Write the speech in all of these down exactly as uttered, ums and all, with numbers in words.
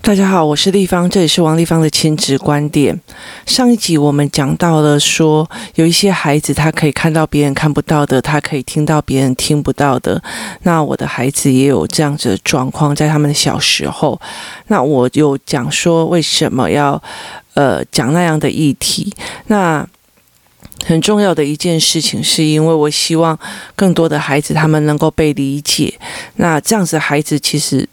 大家好，我是丽芳，这里是王丽芳的亲子观点。上一集我们讲到了说，有一些孩子他可以看到别人看不到的，他可以听到别人听不到的。那我的孩子也有这样子的状况，在他们的小时候。那我有讲说为什么要呃讲那样的议题。那很重要的一件事情，是因为我希望更多的孩子他们能够被理解。那这样子的孩子其实。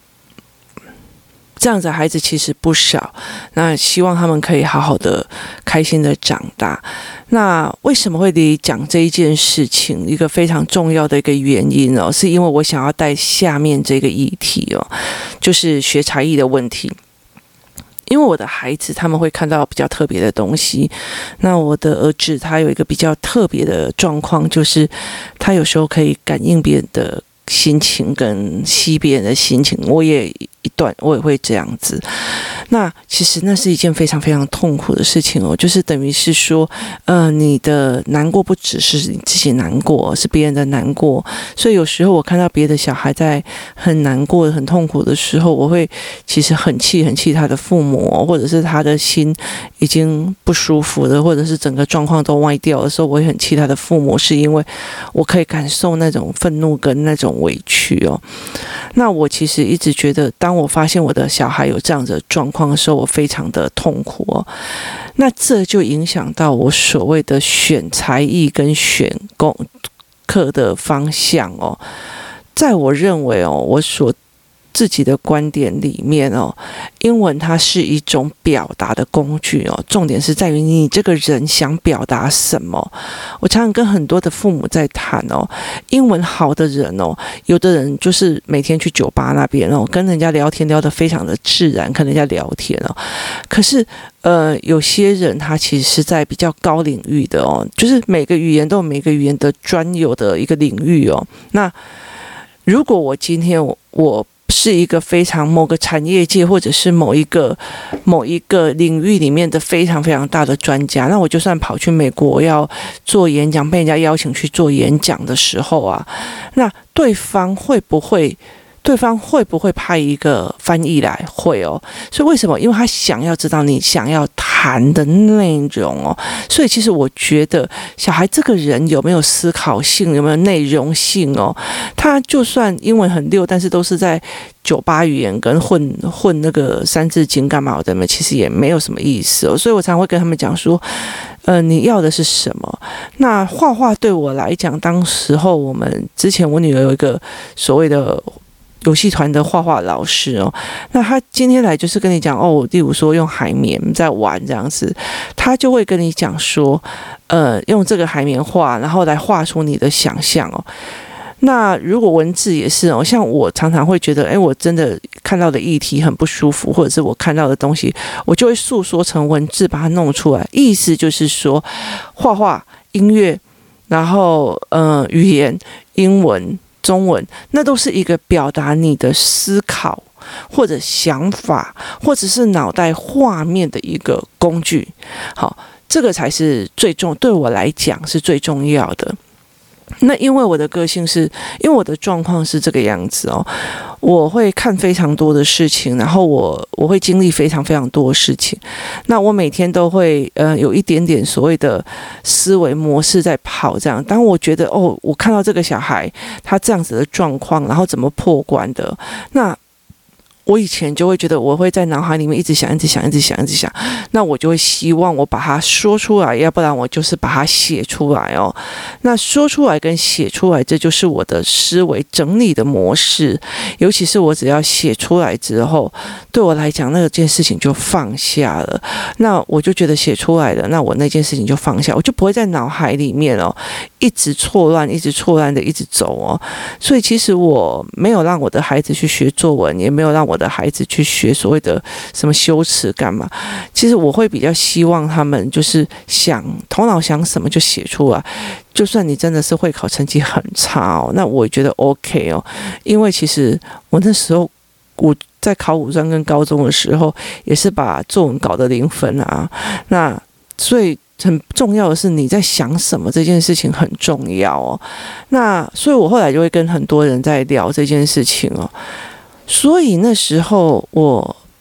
这样子的孩子其实不少，那希望他们可以好好的、开心的长大。那为什么会讲这一件事情？一个非常重要的一个原因哦，是因为我想要带下面这个议题哦，就是学才艺的问题。因为我的孩子他们会看到比较特别的东西，那我的儿子他有一个比较特别的状况，就是他有时候可以感应别人的心情跟吸别人的心情，我也一段我也会这样子。那其实那是一件非常非常痛苦的事情哦，就是等于是说，呃，你的难过不只是你自己难过，是别人的难过。所以有时候我看到别的小孩在很难过、很痛苦的时候，我会其实很气、很气他的父母，或者是他的心已经不舒服了，或者是整个状况都歪掉的时候，我会很气他的父母，是因为我可以感受那种愤怒跟那种委屈哦。那我其实一直觉得，当我发现我的小孩有这样子的状况的时候，我非常的痛苦哦。那这就影响到我所谓的选才艺跟选功课的方向哦。在我认为哦，我所自己的观点里面哦，英文它是一种表达的工具哦，重点是在于你这个人想表达什么。我常常跟很多的父母在谈哦，英文好的人哦，有的人就是每天去酒吧那边哦，跟人家聊天聊得非常的自然，跟人家聊天哦。可是呃，有些人他其实是在比较高领域的哦，就是每个语言都有每个语言的专有的一个领域哦。那如果我今天我我是一个非常某个产业界或者是某一个某一个领域里面的非常非常大的专家，那我就算跑去美国要做演讲，被人家邀请去做演讲的时候啊，那对方会不会对方会不会派一个翻译来？会哦。所以为什么？因为他想要知道你想要谈的内容哦。所以其实我觉得小孩这个人有没有思考性，有没有内容性哦？他就算英文很溜，但是都是在酒吧语言跟混混那个三字经干嘛的嘛，其实也没有什么意思哦。所以我常会跟他们讲说，呃，你要的是什么？那画画对我来讲，当时候我们之前我女儿有一个所谓的游戏团的画画老师哦，那他今天来就是跟你讲哦，例如说用海绵在玩这样子，他就会跟你讲说，呃，用这个海绵画，然后来画出你的想象哦。那如果文字也是哦，像我常常会觉得，哎，我真的看到的议题很不舒服，或者是我看到的东西，我就会诉说成文字，把它弄出来。意思就是说，画画、音乐，然后呃，语言、英文。中文，那都是一个表达你的思考或者想法，或者是脑袋画面的一个工具。好，这个才是最重，对我来讲是最重要的。那因为我的个性是，因为我的状况是这个样子哦，我会看非常多的事情，然后我我会经历非常非常多的事情。那我每天都会呃有一点点所谓的思维模式在跑，这样。当我觉得哦，我看到这个小孩他这样子的状况，然后怎么破关的，那我以前就会觉得我会在脑海里面一直想一直想一直想一直想，那我就会希望我把它说出来，要不然我就是把它写出来哦。那说出来跟写出来，这就是我的思维整理的模式。尤其是我只要写出来之后，对我来讲那件事情就放下了，那我就觉得写出来了，那我那件事情就放下，我就不会在脑海里面哦一直错乱一直错乱的一直走哦。所以其实我没有让我的孩子去学作文，也没有让我的孩子去学所谓的什么修辞干嘛。其实我会比较希望他们就是想头脑想什么就写出来，就算你真的是会考成绩很差哦，那我觉得 OK 哦。因为其实我那时候我在考五专跟高中的时候也是把作文搞得零分啊，那所以很重要的是你在想什么这件事情很重要哦。那所以我后来就会跟很多人在聊这件事情哦。所以那时候我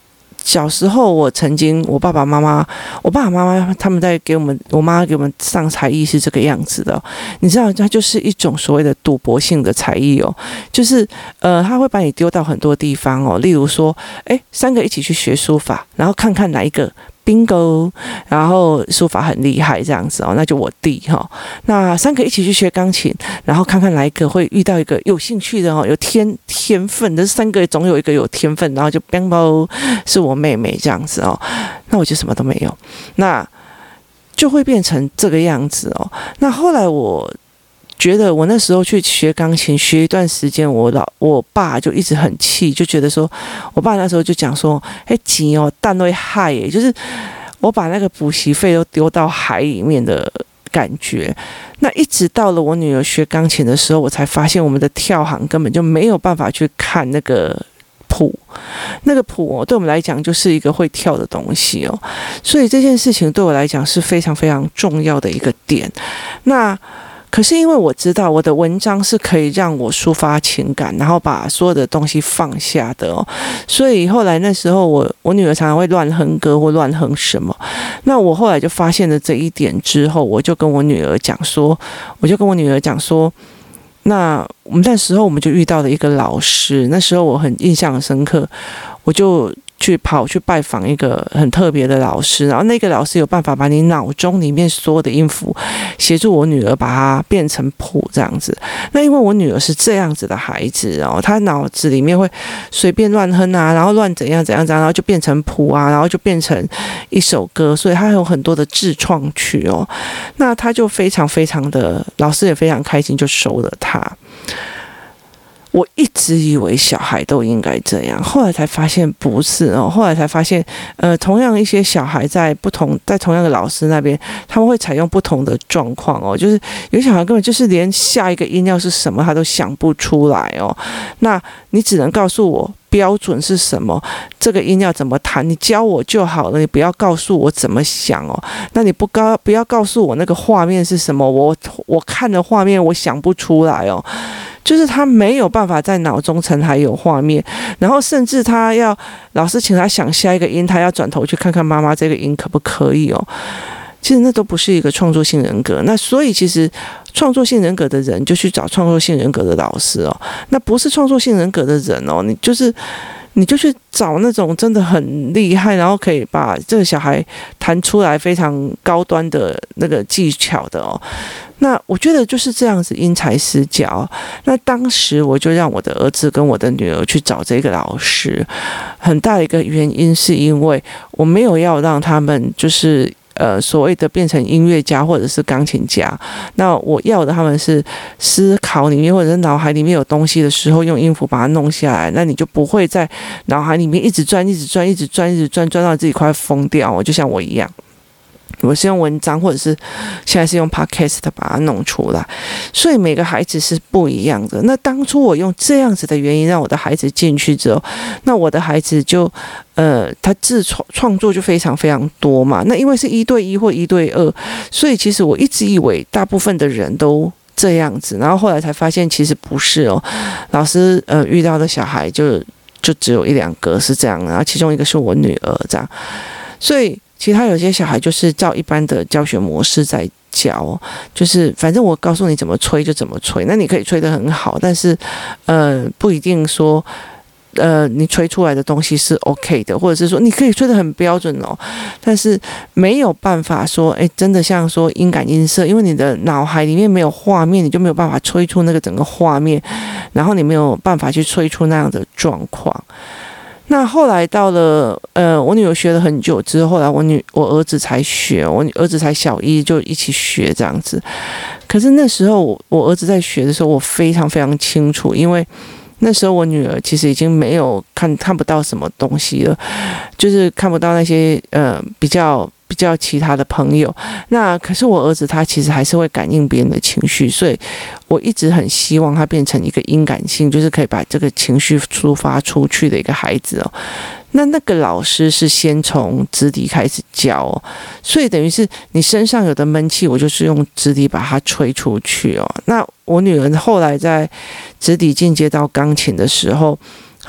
小时候我曾经，我爸爸妈妈，我爸爸妈妈他们在给我们，我妈给我们上才艺是这个样子的，你知道，它就是一种所谓的赌博性的才艺哦，就是呃，他会把你丢到很多地方哦，例如说，哎，三个一起去学书法，然后看看哪一个。bingo， 然后书法很厉害这样子哦，那就我弟哈、哦。那三个一起去学钢琴，然后看看哪一个会遇到一个有兴趣的哦，有天天分的，三个总有一个有天分，然后就 bingo 是我妹妹这样子哦。那我就什么都没有，那就会变成这个样子哦。那后来我。觉得我那时候去学钢琴，学一段时间，我老我爸就一直很气，就觉得说，我爸那时候就讲说，哎，钱哦，蛋会害耶，就是我把那个补习费都丢到海里面的感觉。那一直到了我女儿学钢琴的时候，我才发现我们的跳行根本就没有办法去看那个谱，那个谱哦，对我们来讲就是一个会跳的东西哦，所以这件事情对我来讲是非常非常重要的一个点。那可是因为我知道我的文章是可以让我抒发情感，然后把所有的东西放下的哦，所以后来那时候我我女儿常常会乱哼歌或乱哼什么，那我后来就发现了这一点之后，我就跟我女儿讲说，我就跟我女儿讲说，那我们那时候我们就遇到了一个老师，那时候我很印象很深刻，我就。去跑去拜访一个很特别的老师，然后那个老师有办法把你脑中里面所有的音符协助我女儿把它变成谱这样子。那因为我女儿是这样子的孩子哦，她脑子里面会随便乱哼啊，然后乱怎样怎样怎样，然后就变成谱啊，然后就变成一首歌，所以她有很多的自创曲哦。那她就非常非常的，老师也非常开心，就收了她。我一直以为小孩都应该这样，后来才发现不是哦。后来才发现，呃，同样一些小孩在不同在同样的老师那边，他们会采用不同的状况哦。就是有些小孩根本就是连下一个音要是什么他都想不出来哦。那你只能告诉我标准是什么，这个音要怎么弹，你教我就好了，你不要告诉我怎么想哦。那你不告不要告诉我那个画面是什么，我我看的画面我想不出来哦。就是他没有办法在脑中层还有画面，然后甚至他要老师请他想下一个音，他要转头去看看妈妈这个音可不可以哦。其实那都不是一个创作性人格，那所以其实创作性人格的人就去找创作性人格的老师哦，那不是创作性人格的人哦，你就是你就去找那种真的很厉害，然后可以把这个小孩弹出来非常高端的那个技巧的哦。那我觉得就是这样子因材施教。那当时我就让我的儿子跟我的女儿去找这个老师，很大的一个原因是因为我没有要让他们就是呃所谓的变成音乐家或者是钢琴家，那我要的他们是思考里面或者是脑海里面有东西的时候，用音符把它弄下来，那你就不会在脑海里面一直转一直转一直转一直转转到自己快疯掉，就像我一样。我是用文章或者是现在是用 podcast 把它弄出来，所以每个孩子是不一样的。那当初我用这样子的原因让我的孩子进去之后，那我的孩子就呃他自创创作就非常非常多嘛。那因为是一对一或一对二，所以其实我一直以为大部分的人都这样子，然后后来才发现其实不是哦。老师呃遇到的小孩就就只有一两个是这样，然后其中一个是我女儿这样，所以。其他有些小孩就是照一般的教学模式在教，就是反正我告诉你怎么吹就怎么吹，那你可以吹得很好，但是呃不一定说呃你吹出来的东西是 OK 的，或者是说你可以吹得很标准哦，但是没有办法说哎真的像说音感音色，因为你的脑海里面没有画面，你就没有办法吹出那个整个画面，然后你没有办法去吹出那样的状况。那后来到了呃，我女儿学了很久之后，后来我女我儿子才学，我儿子才小一就一起学这样子。可是那时候我我儿子在学的时候，我非常非常清楚，因为那时候我女儿其实已经没有看看不到什么东西了，就是看不到那些呃比较。比较其他的朋友，那可是我儿子他其实还是会感应别人的情绪，所以我一直很希望他变成一个音感性，就是可以把这个情绪抒发出去的一个孩子哦。那那个老师是先从直笛开始教哦，所以等于是你身上有的闷气，我就是用直笛把它吹出去哦。那我女儿后来在直笛进阶到钢琴的时候，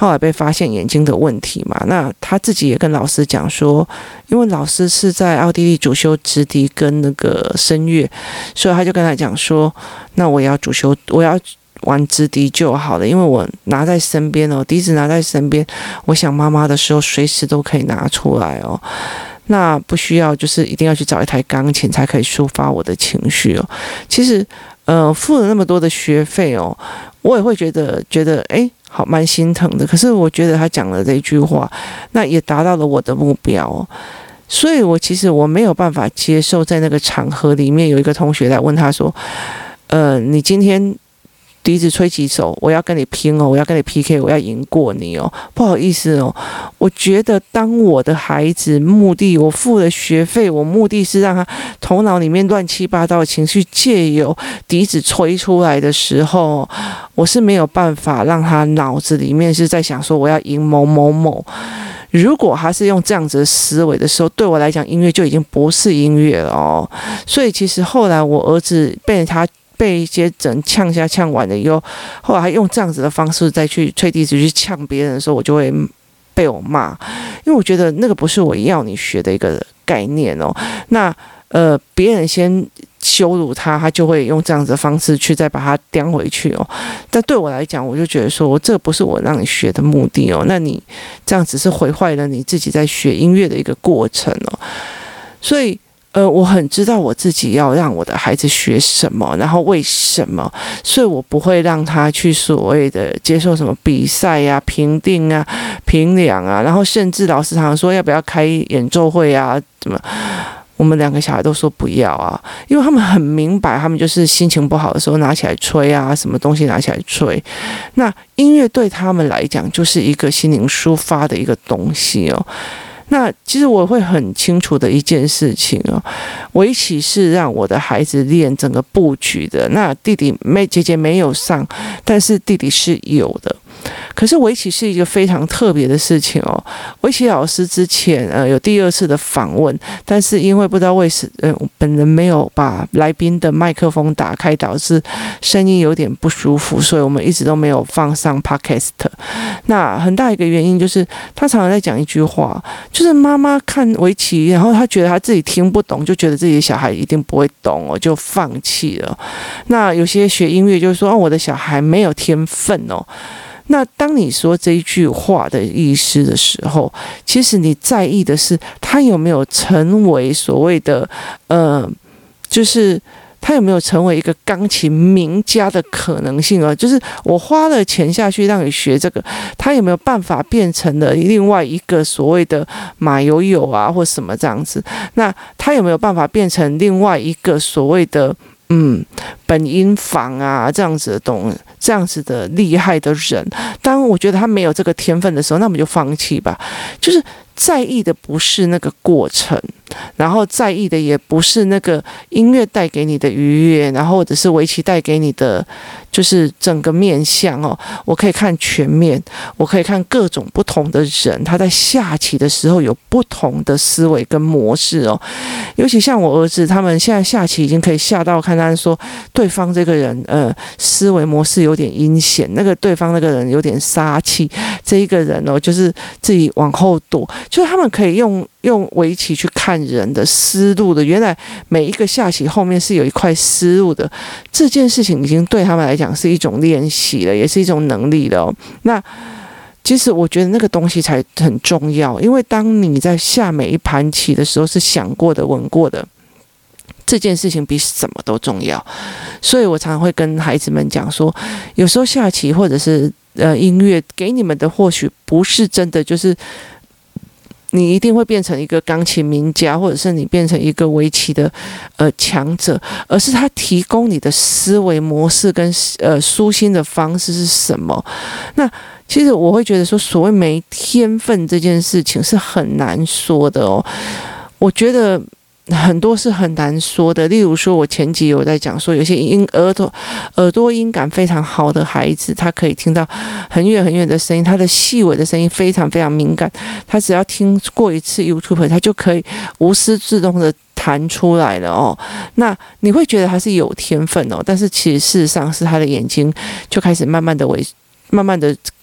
后来被发现眼睛的问题嘛，那他自己也跟老师讲说，因为老师是在奥地利主修直笛跟那个声乐，所以他就跟他讲说，那我要主修，我要玩直笛就好了，因为我拿在身边哦，笛子拿在身边，我想妈妈的时候随时都可以拿出来哦。那不需要就是一定要去找一台钢琴才可以抒发我的情绪哦。其实，呃，付了那么多的学费哦，我也会觉得觉得哎，好蛮心疼的。可是我觉得他讲了这一句话，那也达到了我的目标哦。所以我其实我没有办法接受，在那个场合里面有一个同学来问他说，呃，你今天笛子吹几首，我要跟你拼哦，我要跟你 P K， 我要赢过你哦。不好意思哦，我觉得当我的孩子目的，我付了学费，我目的是让他头脑里面乱七八糟的情绪借由笛子吹出来的时候，我是没有办法让他脑子里面是在想说我要赢某某某。如果他是用这样子的思维的时候，对我来讲，音乐就已经不是音乐了哦。所以其实后来我儿子被他被一些人呛下呛完了以后，后来还用这样子的方式再去吹笛子去呛别人的时候，我就会被我骂，因为我觉得那个不是我要你学的一个概念哦。那呃，别人先羞辱他，他就会用这样子的方式去再把他叼回去哦。但对我来讲，我就觉得说，这不是我让你学的目的哦。那你这样只是毁坏了你自己在学音乐的一个过程哦。所以。呃，我很知道我自己要让我的孩子学什么，然后为什么，所以我不会让他去所谓的接受什么比赛啊、评定啊、评量啊，然后甚至老师常常说要不要开演奏会啊，怎么？我们两个小孩都说不要啊，因为他们很明白，他们就是心情不好的时候拿起来吹啊，什么东西拿起来吹。那音乐对他们来讲就是一个心灵抒发的一个东西哦。那其实我会很清楚的一件事情哦，围棋是让我的孩子练整个布局的。那弟弟妹姐姐没有上，但是弟弟是有的。可是围棋是一个非常特别的事情哦。围棋老师之前呃有第二次的访问，但是因为不知道为什么，呃，本人没有把来宾的麦克风打开，导致声音有点不舒服，所以我们一直都没有放上 podcast。那很大一个原因就是他常常在讲一句话，就是妈妈看围棋，然后他觉得他自己听不懂，就觉得自己的小孩一定不会懂哦，就放弃了。那有些学音乐就是说，哦，我的小孩没有天分哦。那当你说这一句话的意思的时候，其实你在意的是他有没有成为所谓的呃，就是他有没有成为一个钢琴名家的可能性啊？就是我花了钱下去让你学这个，他有没有办法变成了另外一个所谓的马友友啊，或什么这样子？那他有没有办法变成另外一个所谓的嗯，本因坊啊，这样子的东，这样子的厉害的人，当我觉得他没有这个天分的时候，那我们就放弃吧。就是在意的不是那个过程，然后在意的也不是那个音乐带给你的愉悦，然后或者是围棋带给你的，就是整个面向哦。我可以看全面，我可以看各种不同的人，他在下棋的时候有不同的思维跟模式哦。尤其像我儿子，他们现在下棋已经可以下到看他说对方这个人呃思维模式有点阴险，那个对方那个人有点杀气，这一个人哦就是自己往后躲，就是他们可以用用围棋去看人的思路的。原来每一个下棋后面是有一块思路的，这件事情已经对他们来讲是一种练习了，也是一种能力了哦。那其实我觉得那个东西才很重要，因为当你在下每一盘棋的时候是想过的、稳过的，这件事情比什么都重要。所以我常常会跟孩子们讲说，有时候下棋或者是呃音乐给你们的或许不是真的就是你一定会变成一个钢琴名家，或者是你变成一个围棋的呃强者，而是他提供你的思维模式跟呃舒心的方式是什么。那其实我会觉得说，所谓没天分这件事情是很难说的哦。我觉得很多是很难说的，例如说，我前集有在讲说，有些音耳朵耳朵音感非常好的孩子，他可以听到很远很远的声音，他的细微的声音非常非常敏感，他只要听过一次 YouTube， 他就可以无师自通的弹出来了哦。那你会觉得他是有天分哦，但是其实事实上是他的眼睛就开始慢慢的为慢慢的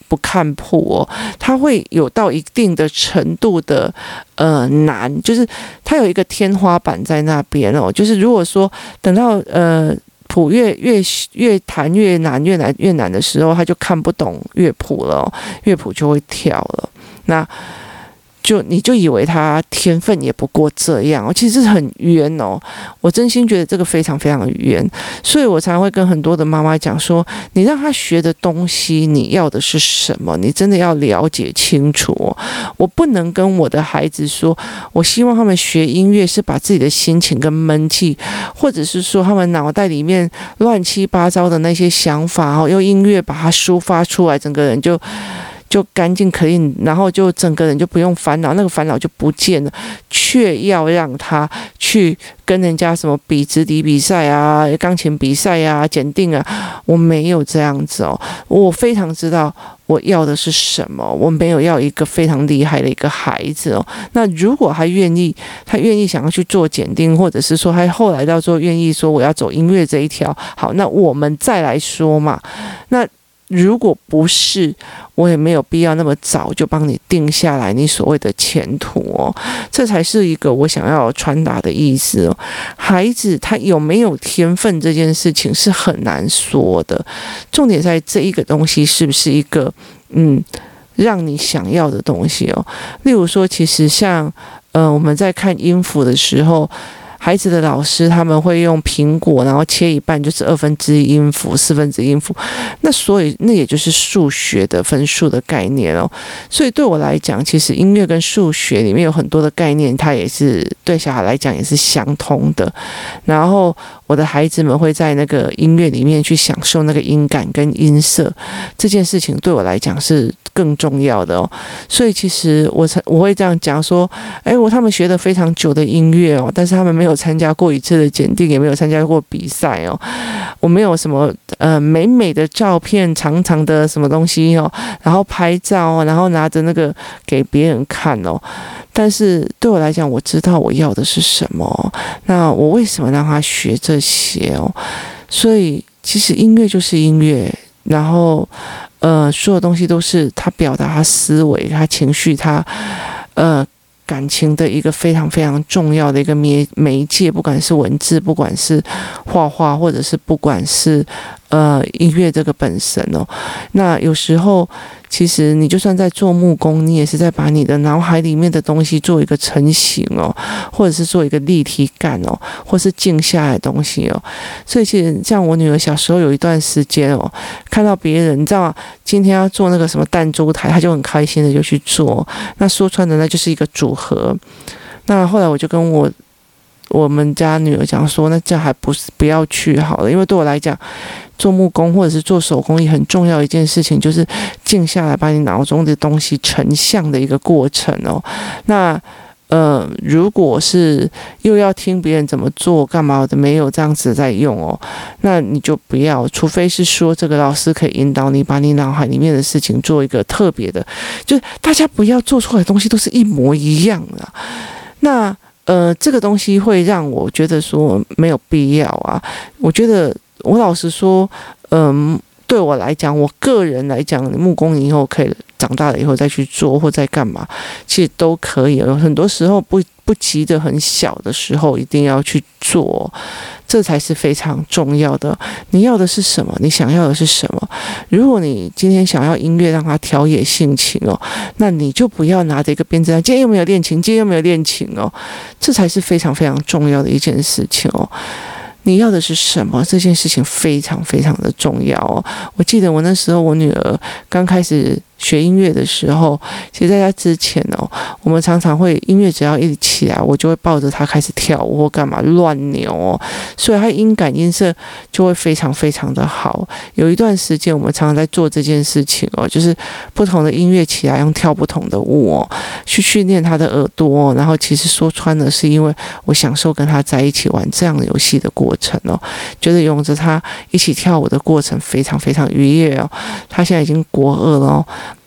不看谱哦，他会有到一定的程度的呃难，就是他有一个天花板在那边哦，就是如果说等到呃谱越越越弹越难越难越难的时候，他就看不懂乐谱了哦，乐谱就会跳了，那就你就以为他天分也不过这样哦，其实是很冤哦。我真心觉得这个非常非常的冤，所以我才会跟很多的妈妈讲说，你让他学的东西，你要的是什么？你真的要了解清楚哦。我不能跟我的孩子说，我希望他们学音乐是把自己的心情跟闷气，或者是说他们脑袋里面乱七八糟的那些想法哦，用音乐把它抒发出来，整个人就。就干净可以，然后就整个人就不用烦恼，那个烦恼就不见了，却要让他去跟人家什么比直笛比赛啊、钢琴比赛啊、检定啊，我没有这样子哦，我非常知道我要的是什么，我没有要一个非常厉害的一个孩子哦。那如果他愿意，他愿意想要去做检定，或者是说他后来到时候愿意说我要走音乐这一条，好，那我们再来说嘛。那如果不是，我也没有必要那么早就帮你定下来你所谓的前途哦，这才是一个我想要传达的意思哦。孩子他有没有天分这件事情是很难说的，重点在这一个东西是不是一个嗯让你想要的东西哦。例如说，其实像呃我们在看音符的时候。孩子的老师他们会用苹果，然后切一半就是二分之一音符、四分之一音符，那所以那也就是数学的分数的概念哦。所以对我来讲，其实音乐跟数学里面有很多的概念，它也是对小孩来讲也是相通的。然后我的孩子们会在那个音乐里面去享受那个音感跟音色，这件事情对我来讲是更重要的哦。所以其实我我会这样讲说，哎，我他们学了非常久的音乐哦，但是他们没有参加过一次的检定，也没有参加过比赛哦。我没有什么呃美美的照片、长长的什么东西哦，然后拍照哦，然后拿着那个给别人看哦。但是对我来讲，我知道我要的是什么，那我为什么让他学这些哦？所以其实音乐就是音乐，然后呃，所有东西都是他表达他思维、他情绪、他呃。感情的一个非常非常重要的一个媒媒介，不管是文字，不管是画画，或者是不管是呃音乐这个本身哦。那有时候其实你就算在做木工，你也是在把你的脑海里面的东西做一个成型哦，或者是做一个立体感哦，或是静下来的东西哦。所以其实像我女儿小时候有一段时间哦，看到别人，你知道吗？今天要做那个什么弹珠台，她就很开心的就去做。那说穿的那就是一个组合。那后来我就跟我我们家女儿讲说，那这样还不是不要去好了，因为对我来讲，做木工或者是做手工艺很重要一件事情，就是静下来把你脑中的东西成像的一个过程哦。那呃，如果是又要听别人怎么做干嘛的，没有这样子在用哦，那你就不要，除非是说这个老师可以引导你，把你脑海里面的事情做一个特别的，就是大家不要做出来的东西都是一模一样的。那呃，这个东西会让我觉得说没有必要啊。我觉得我老实说，嗯，对我来讲，我个人来讲，木工以后可以长大了以后再去做或再干嘛，其实都可以。有很多时候不不急得很小的时候，一定要去做，这才是非常重要的。你要的是什么？你想要的是什么？如果你今天想要音乐让它调野性情哦，那你就不要拿着一个编织袋，今天又没有练琴，今天又没有练琴哦，这才是非常非常重要的一件事情哦。你要的是什么？这件事情非常非常的重要哦。我记得我那时候我女儿刚开始学音乐的时候，其实在她之前哦，我们常常会音乐只要一起来，我就会抱着她开始跳舞或干嘛乱扭哦，所以她音感音色就会非常非常的好。有一段时间我们常常在做这件事情哦，就是不同的音乐起来用跳不同的舞哦，去训练她的耳朵哦，然后其实说穿了是因为我享受跟她在一起玩这样的游戏的过程哦，觉得拥着她一起跳舞的过程非常非常愉悦哦。她现在已经国二了哦。嗯，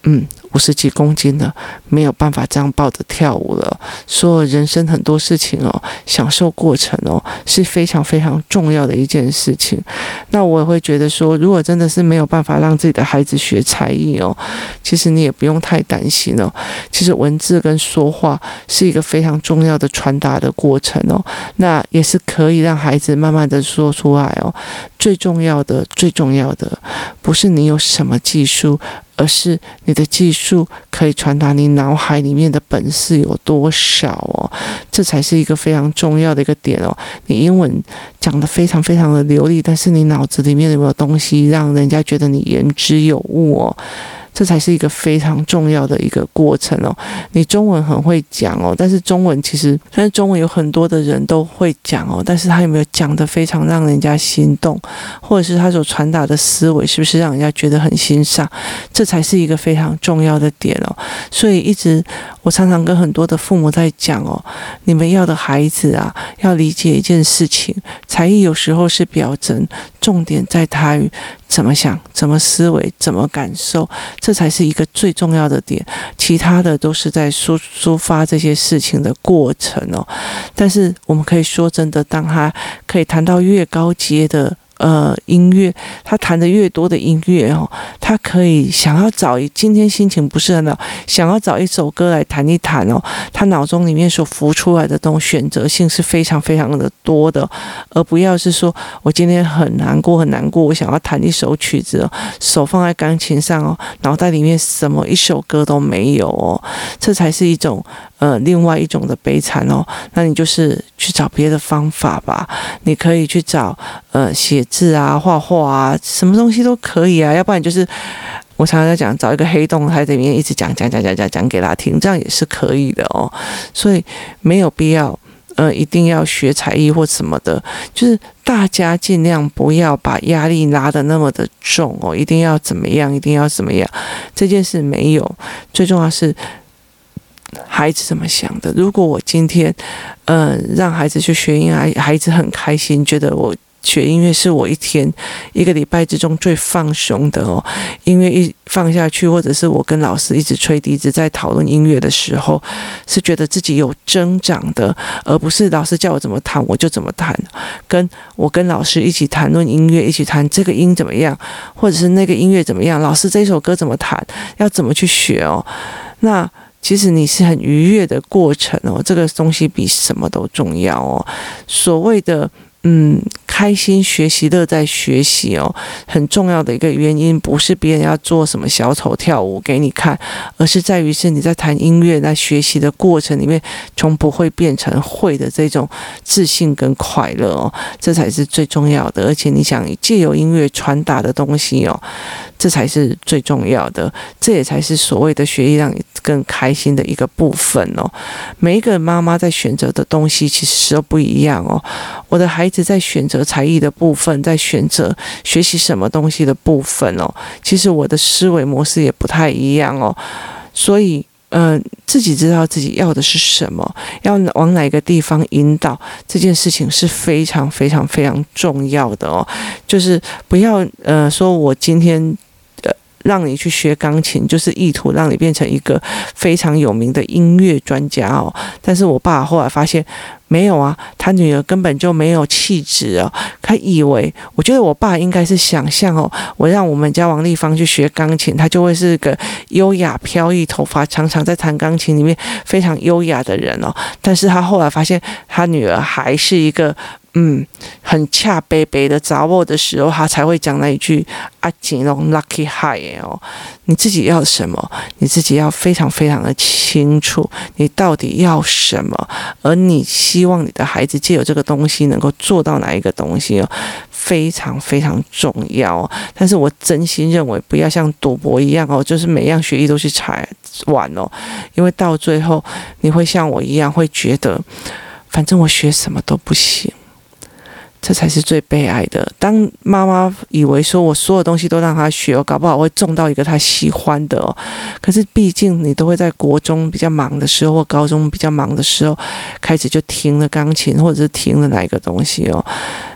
五十几公斤了，没有办法这样抱着跳舞了。所有人生很多事情哦，享受过程哦，是非常非常重要的一件事情。那我也会觉得说，如果真的是没有办法让自己的孩子学才艺哦，其实你也不用太担心哦。其实文字跟说话是一个非常重要的传达的过程哦，那也是可以让孩子慢慢的说出来哦。最重要的，最重要的，不是你有什么技术，而是你的技术可以传达你脑海里面的本事有多少哦，这才是一个非常重要的一个点哦。你英文讲得非常非常的流利，但是你脑子里面有没有东西让人家觉得你言之有物哦？这才是一个非常重要的一个过程哦。你中文很会讲哦，但是中文其实，但是中文有很多的人都会讲哦，但是他有没有讲得非常让人家心动，或者是他所传达的思维是不是让人家觉得很欣赏，这才是一个非常重要的点哦。所以一直我常常跟很多的父母在讲哦，你们要的孩子啊，要理解一件事情，才艺有时候是表征，重点在他于怎么想、怎么思维、怎么感受，这才是一个最重要的点。其他的都是在抒抒发这些事情的过程哦。但是我们可以说真的，当他可以谈到越高阶的呃音乐，他弹的越多的音乐哦，他可以想要找一今天心情不是很好，想要找一首歌来弹一弹哦，他脑中里面所浮出来的这种选择性是非常非常的多的，而不要是说我今天很难过很难过，我想要弹一首曲子哦，手放在钢琴上哦，脑袋里面什么一首歌都没有哦，这才是一种呃另外一种的悲惨哦。那你就是去找别的方法吧，你可以去找呃写字啊、画画啊，什么东西都可以啊。要不然就是我常常在讲，找一个黑洞，在里面一直讲讲讲讲讲讲给他听，这样也是可以的哦。所以没有必要呃一定要学才艺或什么的，就是大家尽量不要把压力拉得那么的重哦，一定要怎么样，一定要怎么样，这件事没有。最重要是孩子怎么想的。如果我今天呃让孩子去学音乐，孩子很开心，觉得我学音乐是我一天一个礼拜之中最放松的哦。音乐一放下去，或者是我跟老师一直吹笛子在讨论音乐的时候，是觉得自己有增长的，而不是老师叫我怎么弹我就怎么弹。跟我跟老师一起谈论音乐，一起谈这个音怎么样，或者是那个音乐怎么样，老师这首歌怎么弹，要怎么去学哦。那其实你是很愉悦的过程哦，这个东西比什么都重要哦。所谓的嗯，开心学习，乐在学习哦，很重要的一个原因，不是别人要做什么小丑跳舞给你看，而是在于是你在弹音乐、在学习的过程里面，从不会变成会的这种自信跟快乐哦，这才是最重要的。而且你想借由音乐传达的东西哦，这才是最重要的，这也才是所谓的学艺让你更开心的一个部分哦。每一个妈妈在选择的东西其实都不一样哦。我的孩子在选择才艺的部分，在选择学习什么东西的部分哦，其实我的思维模式也不太一样哦。所以呃，自己知道自己要的是什么，要往哪个地方引导，这件事情是非常非常非常重要的哦。就是不要呃说我今天让你去学钢琴，就是意图让你变成一个非常有名的音乐专家哦。但是我爸后来发现没有啊，他女儿根本就没有气质哦。他以为，我觉得我爸应该是想象哦，我让我们家王丽芳去学钢琴，她就会是个优雅飘逸、头发长长在弹钢琴里面非常优雅的人哦。但是他后来发现，他女儿还是一个嗯，很恰北北的找我的时候，他才会讲那一句啊，金龙 lucky high 哦。你自己要什么？你自己要非常非常的清楚，你到底要什么，而你希望你的孩子借由这个东西能够做到哪一个东西哦，非常非常重要哦。但是我真心认为，不要像赌博一样哦，就是每样学艺都去踩玩哦，因为到最后你会像我一样，会觉得反正我学什么都不行。这才是最悲哀的。当妈妈以为说我所有东西都让他学，我搞不好会中到一个他喜欢的哦。可是毕竟你都会在国中比较忙的时候，或高中比较忙的时候，开始就停了钢琴，或者是停了哪一个东西哦。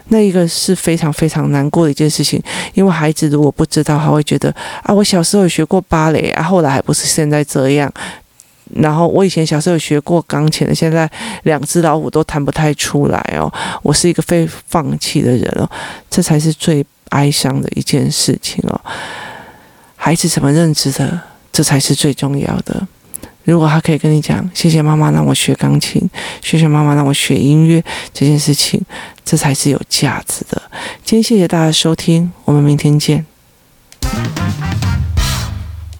那一个是非常非常难过的一件事情，因为孩子如果不知道，他会觉得啊，我小时候有学过芭蕾啊，后来还不是现在这样。然后我以前小时候有学过钢琴的，现在两只老虎都弹不太出来哦。我是一个非放弃的人哦，这才是最哀伤的一件事情哦。孩子怎么认知的，这才是最重要的。如果他可以跟你讲，谢谢妈妈让我学钢琴，谢谢妈妈让我学音乐这件事情，这才是有价值的。今天谢谢大家收听，我们明天见。